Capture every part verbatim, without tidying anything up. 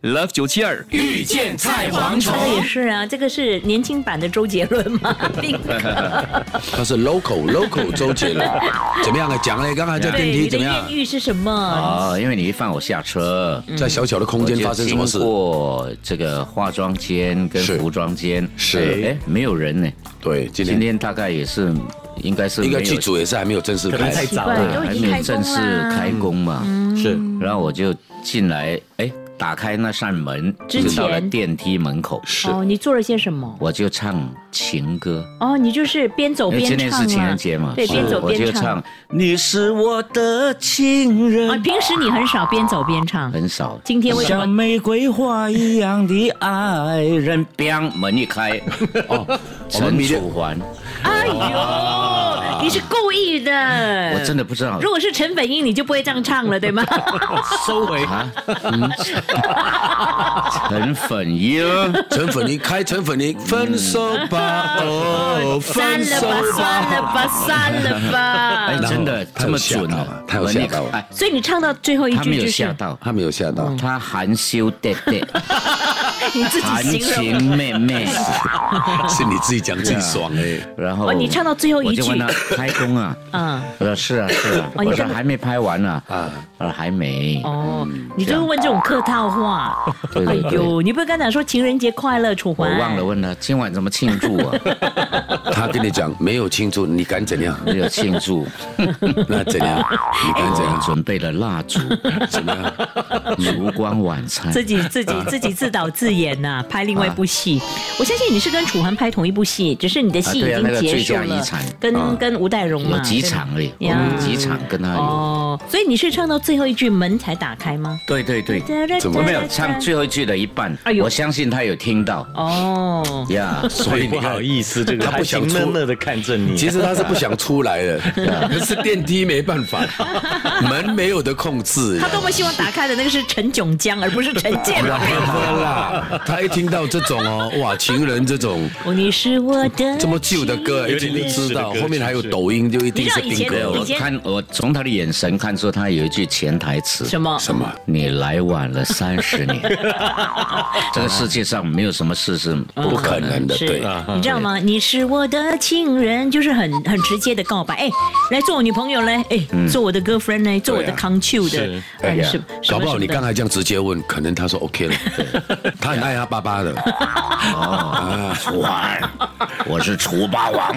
Love 九七二遇见菜蝗虫， 这也是啊，这个是年轻版的周杰伦嘛？ 他是 local local 周杰伦，怎么样啊？讲嘞，刚才在电梯怎么样？ 你的艳遇是什么？ 哦，因为你一放我下车， 在小小的空间发生什么事？ 经过这个化妆间跟服装间， 是哎，没有人呢。 对，今天今天大概也是。应该是应该剧组也是还没有正式开， 太早了， 还没有正式开工嘛。 是， 然后我就进来，哎，打开那扇门，就到了电梯门口。 是哦，你做了些什么？ 我就唱情歌。 哦，你就是边走边唱吗？ 今天是情人节嘛， 对，边走边唱。 我就唱你是我的情人。 啊，平时你很少边走边唱， 很少。 今天为什么？ 像玫瑰花一样的爱人，biang 门一开，哦，陈楚环。 哎呦，你是故意的！ 我真的不知道。 如果是陈粉英，你就不会这样唱了，对吗？ 收尾啊！嗯、陈粉英， 陈粉英开陈粉英，分手吧，哦，分手吧， 算了吧，算了吧。 哎，真的这么准啊！ 他有吓到， 所以你唱到最后一句就是他没有吓到， 他没有吓到， 他含羞爹爹， 你自己含情妹妹， 是你自己讲自己爽哎。 然后你唱到最后一句， 我就问他开工啊，嗯，我说是啊是啊，我说还没拍完呢，啊，他说还没。 哦，你就问这种客套话。 对对对。 哎呦，你不是刚才说情人节快乐，楚环？ 我忘了问他今晚怎么庆祝啊？ 他跟你讲没有庆祝，你敢怎样？ 没有庆祝， 那怎样？你敢怎样？ 准备了蜡烛， 怎么样？ 烛光晚餐， 自己自己自己自导自演呐、啊，拍另外一部戏。我相信你是跟楚环拍同一部戏，只是你的戏已经结束了。跟、啊、跟吴岱融嘛， 有几场而已，我们几场跟他有。 哦，所以你是唱到最后一句门才打开吗？ 对对对，怎么没有唱最后一句的一半？哎呦，我相信他有听到。 哦， 呀，所以不好意思，这个他不想乐乐的看着你。 其实他是不想出来的，可是电梯没办法，门没有的控制。 他多么希望打开的那个是陈炯江，而不是陈建龙啦。他一听到这种哦，哇，情人这种， 你是我的这么旧的歌，一听就知道，后面还有抖音，就一定是兵歌。 我看我从他的眼神看出他有一句潜台词， 什么什么？ 你来晚了三十年。这个世界上没有什么事是不可能的，对。 你知道吗？你是我的情人，就是很很直接的告白。哎，来做我女朋友嘞，哎，做我的 girlfriend 嘞，做我的康丘的。 哎呀，搞不好你刚才这样直接问，可能他说 OK 了，他很爱他爸爸的。 哦，楚环，我是楚霸王，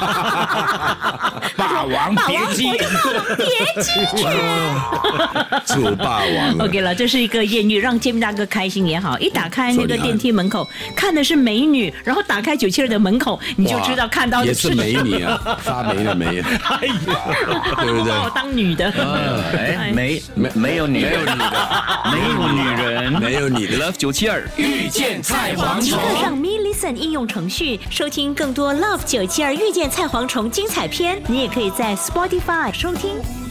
霸王别姬， 别进去， 楚霸王。 OK 了，这是一个艳遇，让建明大哥开心也好。一打开那个电梯门口，看的是美女，然后打开九七二的门口，你就知道看到的是也是美女啊，发霉的霉， 哎呀，对不对？把我当女的， 哎，没没没有你，没有你的，没有女人， 没有你的 Love 九七二遇见菜蝗虫， 即刻上 Me Listen 应用程序收听更多 Love 九七二遇见菜蝗虫精彩片，你也可以在 Spotify 收听。